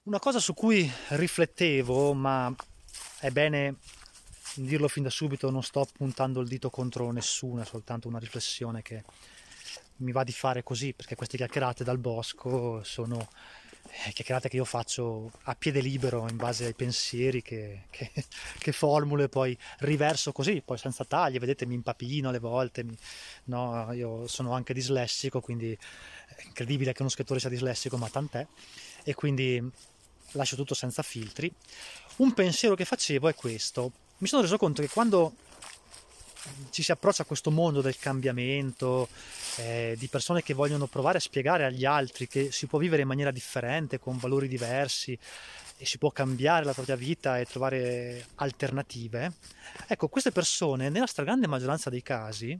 Una cosa su cui riflettevo, ma è bene dirlo fin da subito, non sto puntando il dito contro nessuno, è soltanto una riflessione che mi va di fare così, perché queste chiacchierate dal bosco sono chiacchierate che io faccio a piede libero in base ai pensieri che formule poi riverso così, poi senza tagli, vedete mi impapino alle volte, no, io sono anche dislessico, quindi è incredibile che uno scrittore sia dislessico, ma tant'è, e quindi lascio tutto senza filtri. Un pensiero che facevo è questo: mi sono reso conto che quando ci si approccia a questo mondo del cambiamento, di persone che vogliono provare a spiegare agli altri che si può vivere in maniera differente, con valori diversi, e si può cambiare la propria vita e trovare alternative, ecco, queste persone, nella stragrande maggioranza dei casi,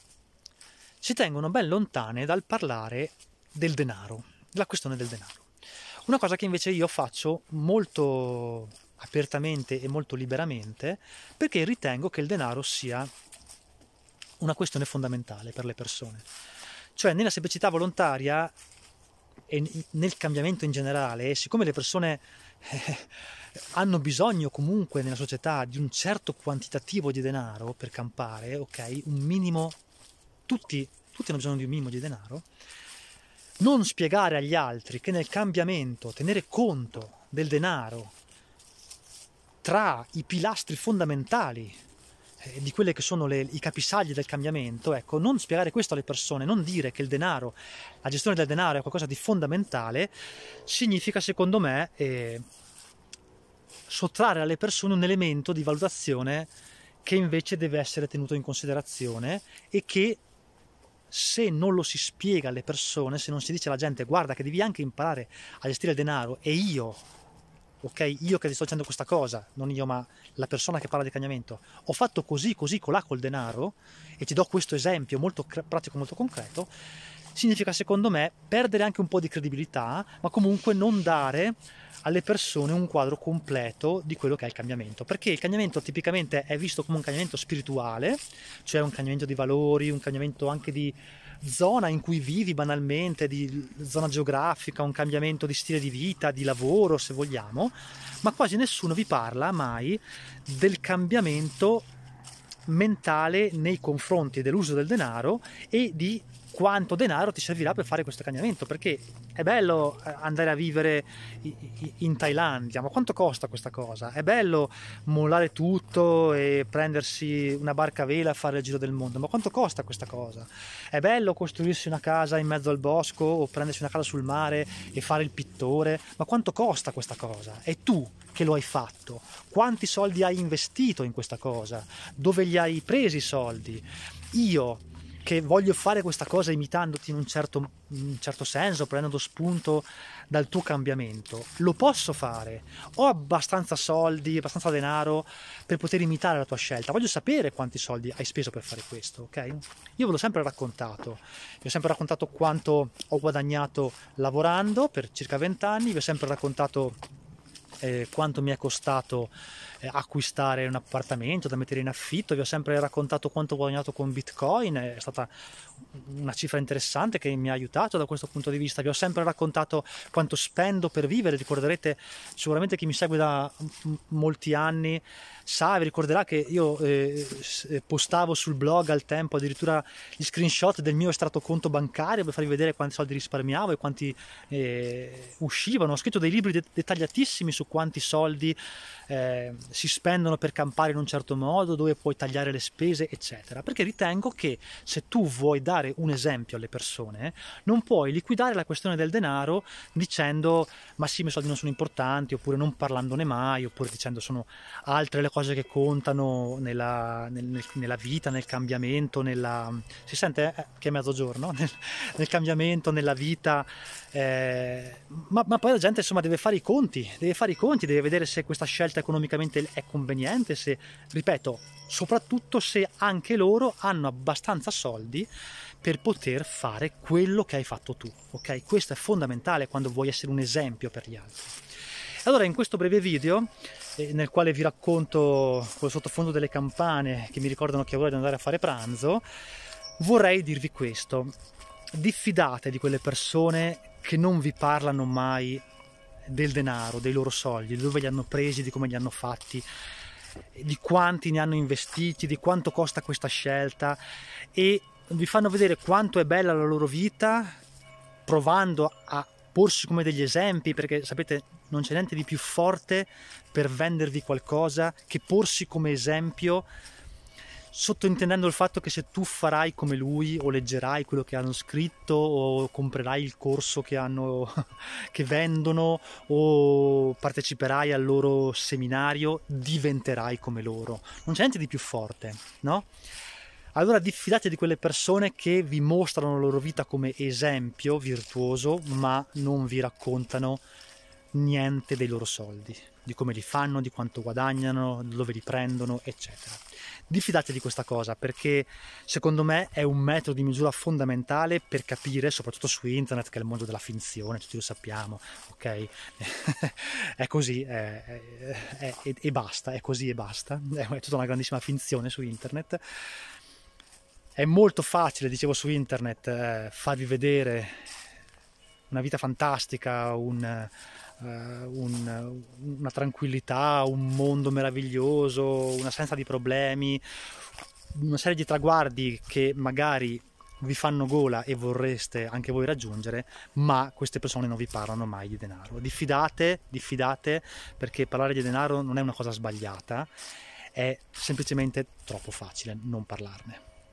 si tengono ben lontane dal parlare del denaro, della questione del denaro. Una cosa che invece io faccio molto apertamente e molto liberamente, perché ritengo che il denaro sia una questione fondamentale per le persone. Cioè, nella semplicità volontaria e nel cambiamento in generale, siccome le persone hanno bisogno comunque nella società di un certo quantitativo di denaro per campare, ok? Un minimo, tutti hanno bisogno di un minimo di denaro. Non spiegare agli altri che nel cambiamento tenere conto del denaro tra i pilastri fondamentali di quelle che sono i capisaldi del cambiamento, ecco, non spiegare questo alle persone, non dire che il denaro, la gestione del denaro è qualcosa di fondamentale, significa, secondo me, sottrarre alle persone un elemento di valutazione che invece deve essere tenuto in considerazione e che, se non lo si spiega alle persone, se non si dice alla gente guarda che devi anche imparare a gestire il denaro, e io, ok, io che ti sto dicendo questa cosa, non io ma la persona che parla di cambiamento, ho fatto così, così, colà col denaro, e ti do questo esempio molto pratico, molto concreto, significa, secondo me, perdere anche un po' di credibilità, ma comunque non dare alle persone un quadro completo di quello che è il cambiamento, perché il cambiamento tipicamente è visto come un cambiamento spirituale, cioè un cambiamento di valori, un cambiamento anche di zona in cui vivi banalmente, di zona geografica, un cambiamento di stile di vita, di lavoro se vogliamo, ma quasi nessuno vi parla mai del cambiamento mentale nei confronti dell'uso del denaro e di quanto denaro ti servirà per fare questo cambiamento, perché è bello andare a vivere in Thailandia, ma quanto costa questa cosa? È bello mollare tutto e prendersi una barca a vela e fare il giro del mondo, ma quanto costa questa cosa? È bello costruirsi una casa in mezzo al bosco o prendersi una casa sul mare e fare il pittore, ma quanto costa questa cosa? E tu che lo hai fatto, quanti soldi hai investito in questa cosa, dove li hai presi i soldi? Io che voglio fare questa cosa imitandoti in un certo senso, prendendo spunto dal tuo cambiamento, lo posso fare? Ho abbastanza soldi, abbastanza denaro per poter imitare la tua scelta? Voglio sapere quanti soldi hai speso per fare questo, ok? Io ve l'ho sempre raccontato, vi ho sempre raccontato quanto ho guadagnato lavorando per circa 20 anni, vi ho sempre raccontato quanto mi è costato acquistare un appartamento da mettere in affitto, vi ho sempre raccontato quanto ho guadagnato con Bitcoin, è stata una cifra interessante che mi ha aiutato da questo punto di vista, vi ho sempre raccontato quanto spendo per vivere, ricorderete sicuramente chi mi segue da molti anni vi ricorderà che io postavo sul blog al tempo addirittura gli screenshot del mio estratto conto bancario per farvi vedere quanti soldi risparmiavo e quanti uscivano. Ho scritto dei libri dettagliatissimi su quanti soldi si spendono per campare in un certo modo, dove puoi tagliare le spese, eccetera, perché ritengo che se tu vuoi dare un esempio alle persone non puoi liquidare la questione del denaro dicendo ma sì, i miei soldi non sono importanti, oppure non parlandone mai, oppure dicendo sono altre le cose che contano nella vita, nel cambiamento, si sente che è mezzogiorno, nel cambiamento, nella vita, ma poi la gente insomma deve fare i conti, deve vedere se questa scelta economicamente è conveniente, se, ripeto, soprattutto se anche loro hanno abbastanza soldi per poter fare quello che hai fatto tu, ok? Questo è fondamentale quando vuoi essere un esempio per gli altri. Allora, in questo breve video, nel quale vi racconto col sottofondo delle campane che mi ricordano che è ora di andare a fare pranzo, vorrei dirvi questo: diffidate di quelle persone che non vi parlano mai del denaro, dei loro soldi, di dove li hanno presi, di come li hanno fatti, di quanti ne hanno investiti, di quanto costa questa scelta, e vi fanno vedere quanto è bella la loro vita, provando a porsi come degli esempi, perché sapete, non c'è niente di più forte per vendervi qualcosa che porsi come esempio, sottointendendo il fatto che se tu farai come lui, o leggerai quello che hanno scritto, o comprerai il corso che che vendono, o parteciperai al loro seminario, diventerai come loro. Non c'è niente di più forte, no? Allora diffidate di quelle persone che vi mostrano la loro vita come esempio virtuoso, ma non vi raccontano niente dei loro soldi, di come li fanno, di quanto guadagnano, dove li prendono, eccetera. Diffidate di questa cosa, perché secondo me è un metodo di misura fondamentale per capire, soprattutto su internet, che è il mondo della finzione, tutti lo sappiamo, ok? È così, e basta, è così e basta, è tutta una grandissima finzione su internet. È molto facile, dicevo, su internet, farvi vedere una vita fantastica, una tranquillità, un mondo meraviglioso, un'assenza di problemi, una serie di traguardi che magari vi fanno gola e vorreste anche voi raggiungere, ma queste persone non vi parlano mai di denaro. Diffidate, perché parlare di denaro non è una cosa sbagliata, è semplicemente troppo facile non parlarne.